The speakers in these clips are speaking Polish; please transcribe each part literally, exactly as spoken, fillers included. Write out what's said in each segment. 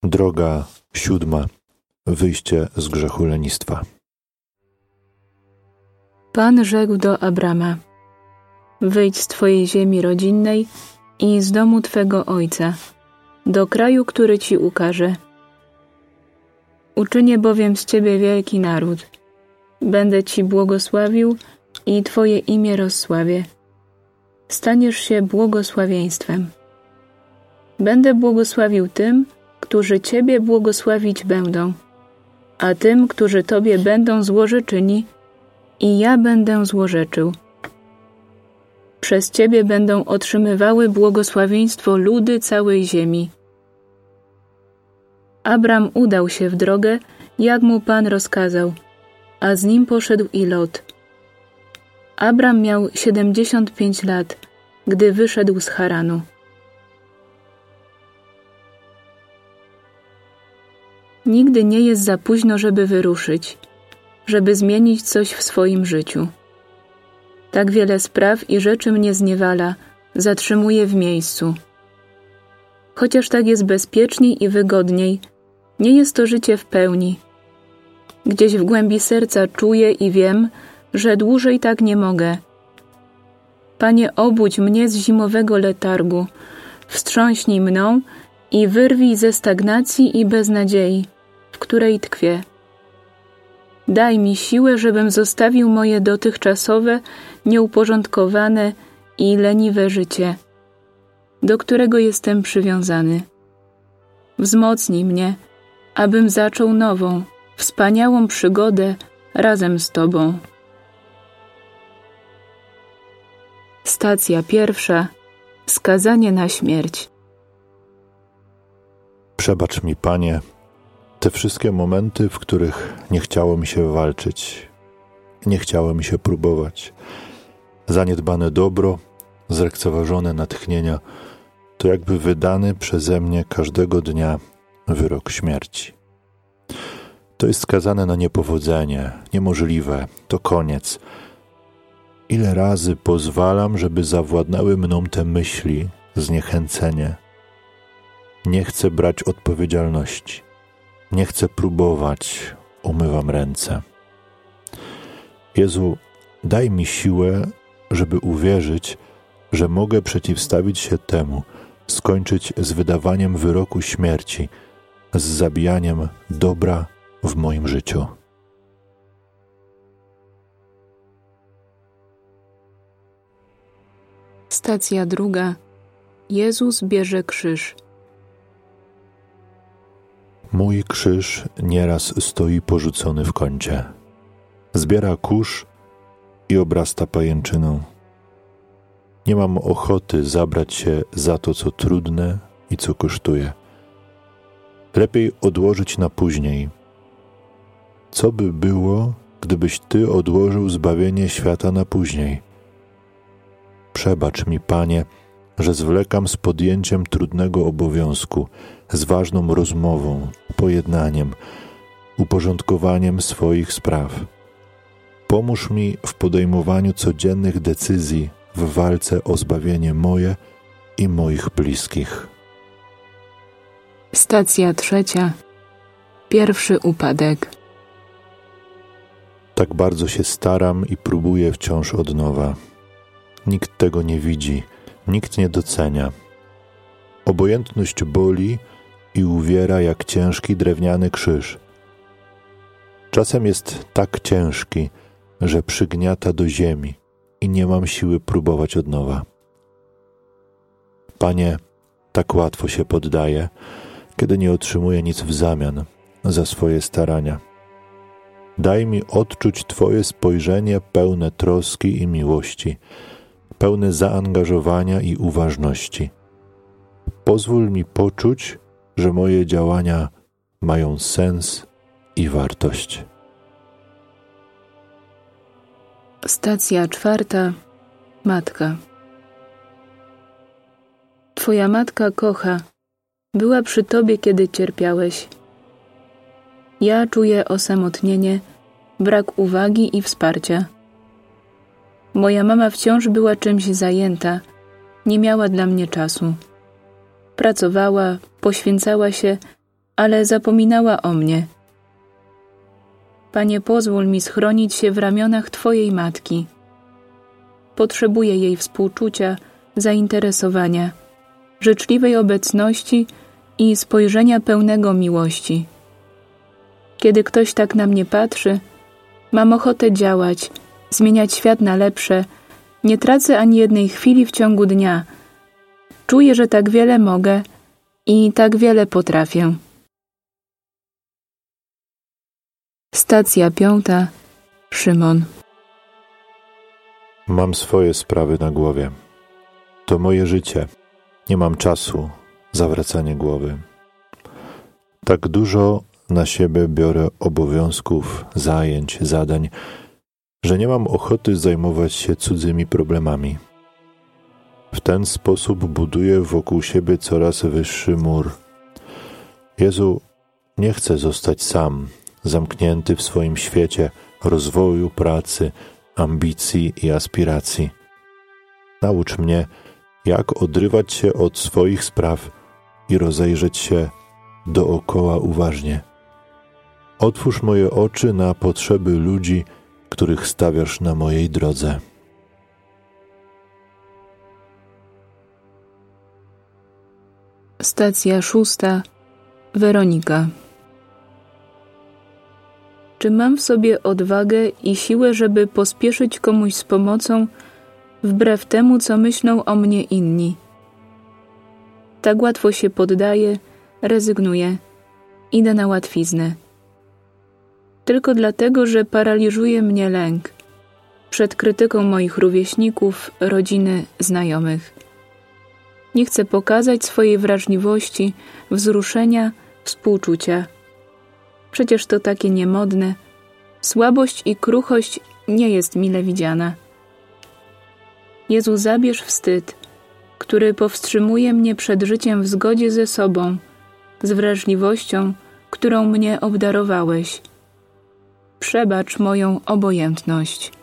Droga siódma. Wyjście z grzechu lenistwa. Pan rzekł do Abrama: wyjdź z twojej ziemi rodzinnej i z domu twego ojca, do kraju, który ci ukażę. Uczynię bowiem z ciebie wielki naród. Będę ci błogosławił i twoje imię rozsławię. Staniesz się błogosławieństwem. Będę błogosławił tym, którzy ciebie błogosławić będą, a tym, którzy tobie będą złorzeczyni, i ja będę złorzeczył. Przez ciebie będą otrzymywały błogosławieństwo ludy całej ziemi. Abram udał się w drogę, jak mu Pan rozkazał, a z nim poszedł i Lot. Abram miał siedemdziesiąt pięć lat, gdy wyszedł z Haranu. Nigdy nie jest za późno, żeby wyruszyć, żeby zmienić coś w swoim życiu. Tak wiele spraw i rzeczy mnie zniewala, zatrzymuje w miejscu. Chociaż tak jest bezpieczniej i wygodniej, nie jest to życie w pełni. Gdzieś w głębi serca czuję i wiem, że dłużej tak nie mogę. Panie, obudź mnie z zimowego letargu, wstrząśnij mną i wyrwij ze stagnacji i beznadziei, w której tkwię. Daj mi siłę, żebym zostawił moje dotychczasowe, nieuporządkowane i leniwe życie, do którego jestem przywiązany. Wzmocnij mnie, abym zaczął nową, wspaniałą przygodę razem z Tobą. Stacja pierwsza. Skazanie na śmierć. Przebacz mi, Panie, te wszystkie momenty, w których nie chciało mi się walczyć, nie chciało mi się próbować. Zaniedbane dobro, zlekceważone natchnienia, to jakby wydany przeze mnie każdego dnia wyrok śmierci. To jest skazane na niepowodzenie, niemożliwe, to koniec. Ile razy pozwalam, żeby zawładnęły mną te myśli, zniechęcenie. Nie chcę brać odpowiedzialności. Nie chcę próbować, umywam ręce. Jezu, daj mi siłę, żeby uwierzyć, że mogę przeciwstawić się temu, skończyć z wydawaniem wyroku śmierci, z zabijaniem dobra w moim życiu. Stacja druga. Jezus bierze krzyż. Mój krzyż nieraz stoi porzucony w kącie. Zbiera kurz i obrasta pajęczyną. Nie mam ochoty zabrać się za to, co trudne i co kosztuje. Lepiej odłożyć na później. Co by było, gdybyś Ty odłożył zbawienie świata na później? Przebacz mi, Panie, że zwlekam z podjęciem trudnego obowiązku, z ważną rozmową, pojednaniem, uporządkowaniem swoich spraw. Pomóż mi w podejmowaniu codziennych decyzji w walce o zbawienie moje i moich bliskich. Stacja trzecia. Pierwszy upadek. Tak bardzo się staram i próbuję wciąż od nowa. Nikt tego nie widzi, nikt nie docenia. Obojętność boli i uwiera jak ciężki drewniany krzyż. Czasem jest tak ciężki, że przygniata do ziemi i nie mam siły próbować od nowa. Panie, tak łatwo się poddaję, kiedy nie otrzymuję nic w zamian za swoje starania. Daj mi odczuć Twoje spojrzenie pełne troski i miłości, pełne zaangażowania i uważności. Pozwól mi poczuć, że moje działania mają sens i wartość. Stacja czwarta. Matka. Twoja matka kocha. Była przy Tobie, kiedy cierpiałeś. Ja czuję osamotnienie, brak uwagi i wsparcia. Moja mama wciąż była czymś zajęta, nie miała dla mnie czasu. Pracowała, poświęcała się, ale zapominała o mnie. Panie, pozwól mi schronić się w ramionach Twojej matki. Potrzebuję jej współczucia, zainteresowania, życzliwej obecności i spojrzenia pełnego miłości. Kiedy ktoś tak na mnie patrzy, mam ochotę działać, zmieniać świat na lepsze, nie tracę ani jednej chwili w ciągu dnia. Czuję, że tak wiele mogę i tak wiele potrafię. Stacja piąta. Szymon. Mam swoje sprawy na głowie. To moje życie. Nie mam czasu zawracanie głowy. Tak dużo na siebie biorę obowiązków, zajęć, zadań, że nie mam ochoty zajmować się cudzymi problemami. W ten sposób buduję wokół siebie coraz wyższy mur. Jezu, nie chcę zostać sam, zamknięty w swoim świecie rozwoju, pracy, ambicji i aspiracji. Naucz mnie, jak odrywać się od swoich spraw i rozejrzeć się dookoła uważnie. Otwórz moje oczy na potrzeby ludzi, których stawiasz na mojej drodze. Stacja szósta. Weronika. Czy mam w sobie odwagę i siłę, żeby pospieszyć komuś z pomocą, wbrew temu, co myślą o mnie inni? Tak łatwo się poddaję, rezygnuję, idę na łatwiznę. Tylko dlatego, że paraliżuje mnie lęk przed krytyką moich rówieśników, rodziny, znajomych. Nie chcę pokazać swojej wrażliwości, wzruszenia, współczucia. Przecież to takie niemodne. Słabość i kruchość nie jest mile widziana. Jezu, zabierz wstyd, który powstrzymuje mnie przed życiem w zgodzie ze sobą, z wrażliwością, którą mnie obdarowałeś. Przebacz moją obojętność.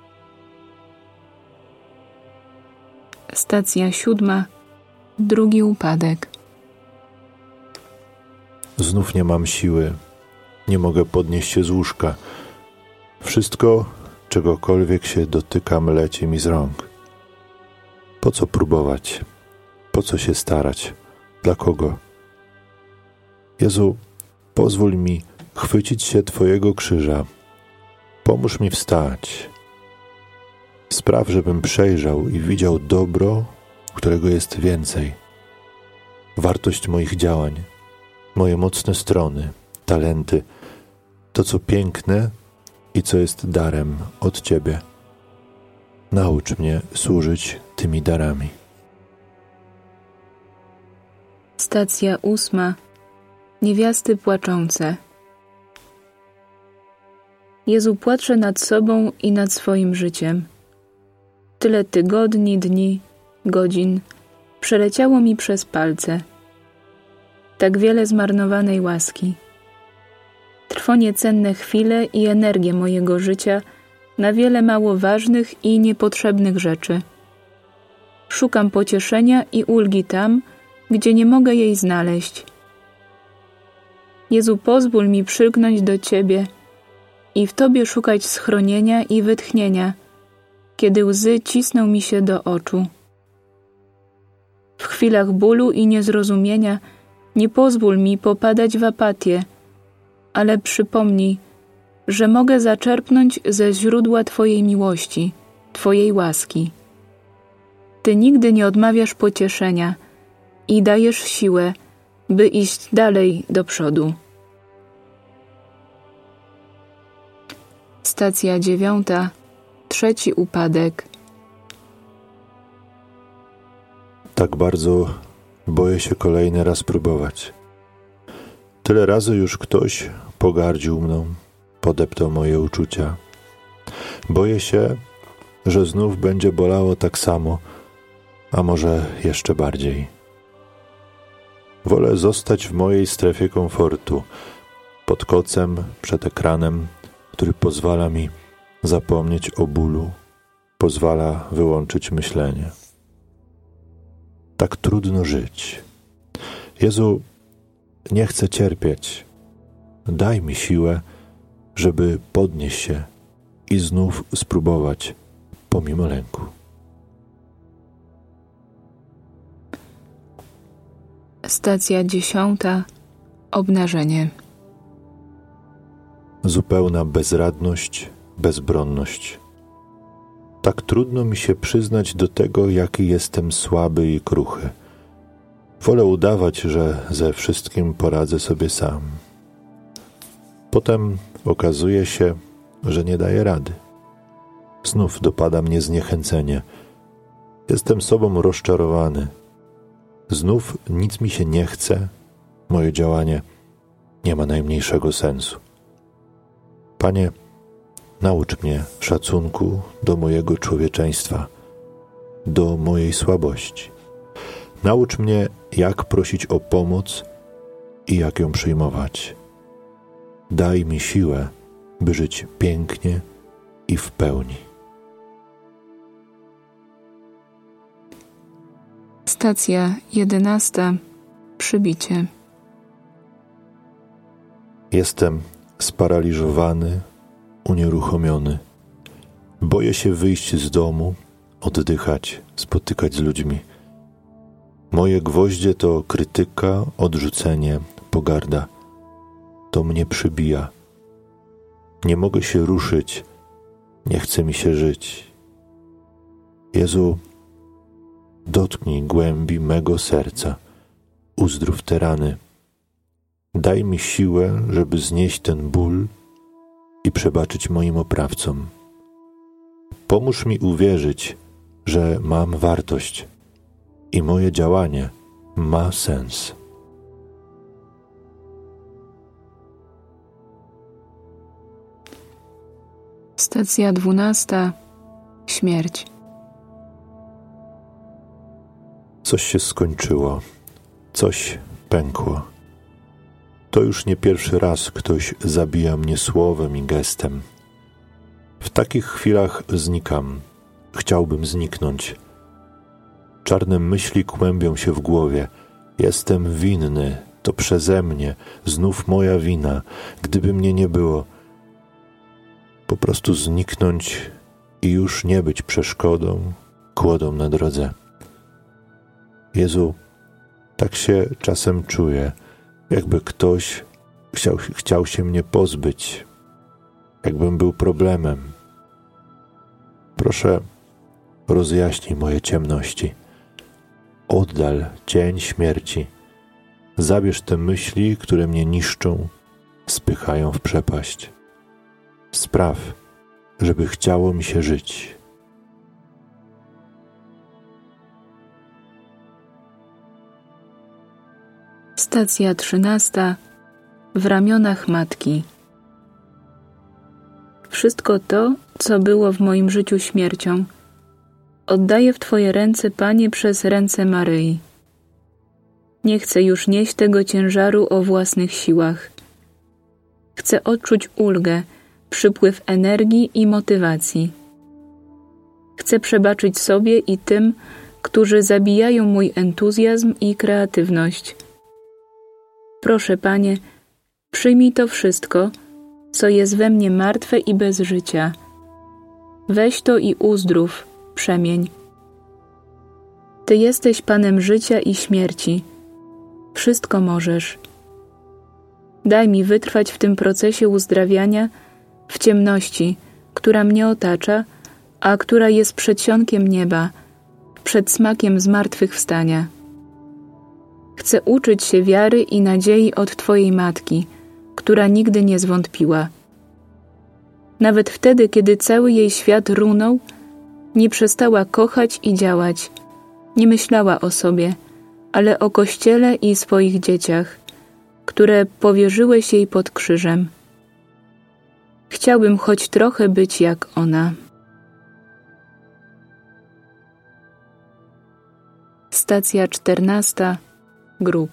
Stacja siódma. Drugi upadek. Znów nie mam siły, nie mogę podnieść się z łóżka. Wszystko, czegokolwiek się dotykam, leci mi z rąk. Po co próbować? Po co się starać? Dla kogo? Jezu, pozwól mi chwycić się Twojego krzyża. Pomóż mi wstać. Spraw, żebym przejrzał i widział dobro, którego jest więcej. Wartość moich działań, moje mocne strony, talenty, to co piękne i co jest darem od Ciebie. Naucz mnie służyć tymi darami. Stacja ósma. Niewiasty płaczące. Jezu, płaczę nad sobą i nad swoim życiem. Tyle tygodni, dni, godzin przeleciało mi przez palce. Tak wiele zmarnowanej łaski. Trwonie cenne chwile i energię mojego życia na wiele mało ważnych i niepotrzebnych rzeczy. Szukam pocieszenia i ulgi tam, gdzie nie mogę jej znaleźć. Jezu, pozwól mi przylgnąć do Ciebie i w Tobie szukać schronienia i wytchnienia, kiedy łzy cisną mi się do oczu. W chwilach bólu i niezrozumienia nie pozwól mi popadać w apatię, ale przypomnij, że mogę zaczerpnąć ze źródła Twojej miłości, Twojej łaski. Ty nigdy nie odmawiasz pocieszenia i dajesz siłę, by iść dalej do przodu. Stacja dziewiąta. Trzeci upadek. Tak bardzo boję się kolejny raz próbować. Tyle razy już ktoś pogardził mną, podeptał moje uczucia. Boję się, że znów będzie bolało tak samo, a może jeszcze bardziej. Wolę zostać w mojej strefie komfortu, pod kocem, przed ekranem, który pozwala mi zapomnieć o bólu, pozwala wyłączyć myślenie. Tak trudno żyć. Jezu, nie chcę cierpieć. Daj mi siłę, żeby podnieść się i znów spróbować, pomimo lęku. Stacja dziesiąta. Obnażenie. Zupełna bezradność, bezbronność. Tak trudno mi się przyznać do tego, jaki jestem słaby i kruchy. Wolę udawać, że ze wszystkim poradzę sobie sam. Potem okazuje się, że nie daję rady. Znów dopada mnie zniechęcenie. Jestem sobą rozczarowany. Znów nic mi się nie chce. Moje działanie nie ma najmniejszego sensu. Panie, naucz mnie szacunku do mojego człowieczeństwa, do mojej słabości. Naucz mnie, jak prosić o pomoc i jak ją przyjmować. Daj mi siłę, by żyć pięknie i w pełni. Stacja jedenasta. Przybicie. Jestem sparaliżowany, unieruchomiony. Boję się wyjść z domu, oddychać, spotykać z ludźmi. Moje gwoździe to krytyka, odrzucenie, pogarda. To mnie przybija. Nie mogę się ruszyć, nie chce mi się żyć. Jezu, dotknij głębi mego serca, uzdrów te rany. Daj mi siłę, żeby znieść ten ból i przebaczyć moim oprawcom. Pomóż mi uwierzyć, że mam wartość i moje działanie ma sens. Stacja dwunasta. Śmierć. Coś się skończyło, coś pękło. To już nie pierwszy raz ktoś zabija mnie słowem i gestem. W takich chwilach znikam. Chciałbym zniknąć. Czarne myśli kłębią się w głowie. Jestem winny, to przeze mnie, znów moja wina. Gdyby mnie nie było, po prostu zniknąć i już nie być przeszkodą, kłodą na drodze. Jezu, tak się czasem czuję, jakby ktoś chciał, chciał się mnie pozbyć, jakbym był problemem. Proszę, rozjaśnij moje ciemności. Oddal cień śmierci. Zabierz te myśli, które mnie niszczą, spychają w przepaść. Spraw, żeby chciało mi się żyć. Stacja trzynasta. W ramionach matki. Wszystko to, co było w moim życiu śmiercią, oddaję w Twoje ręce, Panie, przez ręce Maryi. Nie chcę już nieść tego ciężaru o własnych siłach. Chcę odczuć ulgę, przypływ energii i motywacji. Chcę przebaczyć sobie i tym, którzy zabijają mój entuzjazm i kreatywność. Proszę, Panie, przyjmij to wszystko, co jest we mnie martwe i bez życia. Weź to i uzdrów, przemień. Ty jesteś Panem życia i śmierci. Wszystko możesz. Daj mi wytrwać w tym procesie uzdrawiania, w ciemności, która mnie otacza, a która jest przedsionkiem nieba, przed smakiem zmartwychwstania. Chcę uczyć się wiary i nadziei od Twojej Matki, która nigdy nie zwątpiła. Nawet wtedy, kiedy cały jej świat runął, nie przestała kochać i działać. Nie myślała o sobie, ale o Kościele i swoich dzieciach, które powierzyłeś jej pod krzyżem. Chciałbym choć trochę być jak ona. Stacja czternasta. Grób.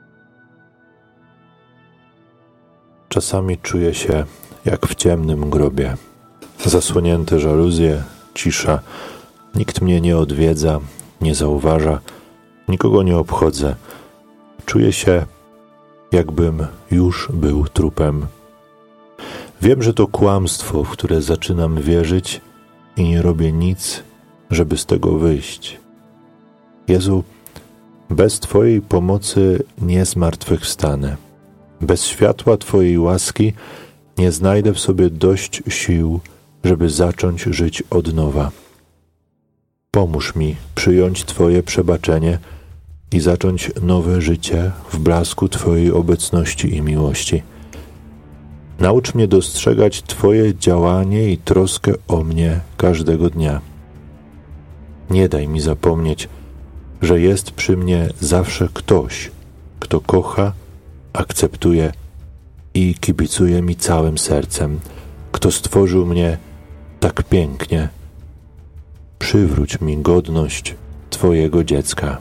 Czasami czuję się jak w ciemnym grobie. Zasłonięte żaluzje, cisza. Nikt mnie nie odwiedza, nie zauważa, nikogo nie obchodzę. Czuję się jakbym już był trupem. Wiem, że to kłamstwo, w które zaczynam wierzyć i nie robię nic, żeby z tego wyjść. Jezu, bez Twojej pomocy nie zmartwychwstanę. Bez światła Twojej łaski nie znajdę w sobie dość sił, żeby zacząć żyć od nowa. Pomóż mi przyjąć Twoje przebaczenie i zacząć nowe życie w blasku Twojej obecności i miłości. Naucz mnie dostrzegać Twoje działanie i troskę o mnie każdego dnia. Nie daj mi zapomnieć, że jest przy mnie zawsze ktoś, kto kocha, akceptuje i kibicuje mi całym sercem, kto stworzył mnie tak pięknie. Przywróć mi godność Twojego dziecka.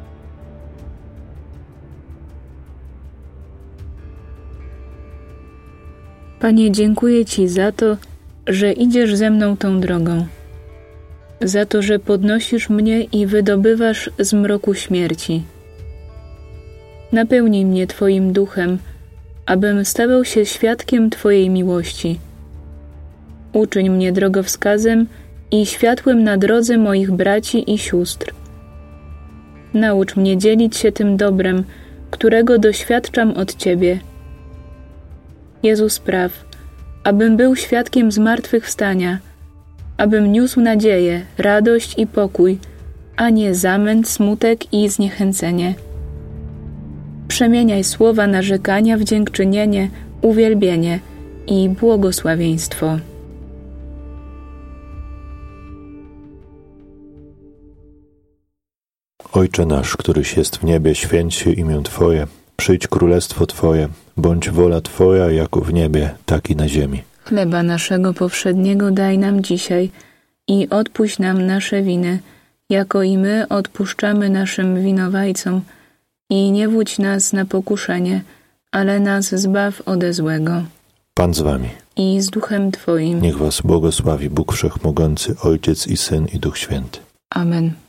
Panie, dziękuję Ci za to, że idziesz ze mną tą drogą, za to, że podnosisz mnie i wydobywasz z mroku śmierci. Napełnij mnie Twoim duchem, abym stawał się świadkiem Twojej miłości. Uczyń mnie drogowskazem i światłem na drodze moich braci i sióstr. Naucz mnie dzielić się tym dobrem, którego doświadczam od Ciebie. Jezu, spraw, abym był świadkiem zmartwychwstania, abym niósł nadzieję, radość i pokój, a nie zamęt, smutek i zniechęcenie. Przemieniaj słowa narzekania w dziękczynienie, uwielbienie i błogosławieństwo. Ojcze nasz, któryś jest w niebie, święć się imię Twoje, przyjdź królestwo Twoje, bądź wola Twoja jako w niebie, tak i na ziemi. Chleba naszego powszedniego daj nam dzisiaj i odpuść nam nasze winy, jako i my odpuszczamy naszym winowajcom. I nie wódź nas na pokuszenie, ale nas zbaw ode złego. Pan z Wami. I z duchem Twoim. Niech Was błogosławi Bóg Wszechmogący, Ojciec i Syn i Duch Święty. Amen.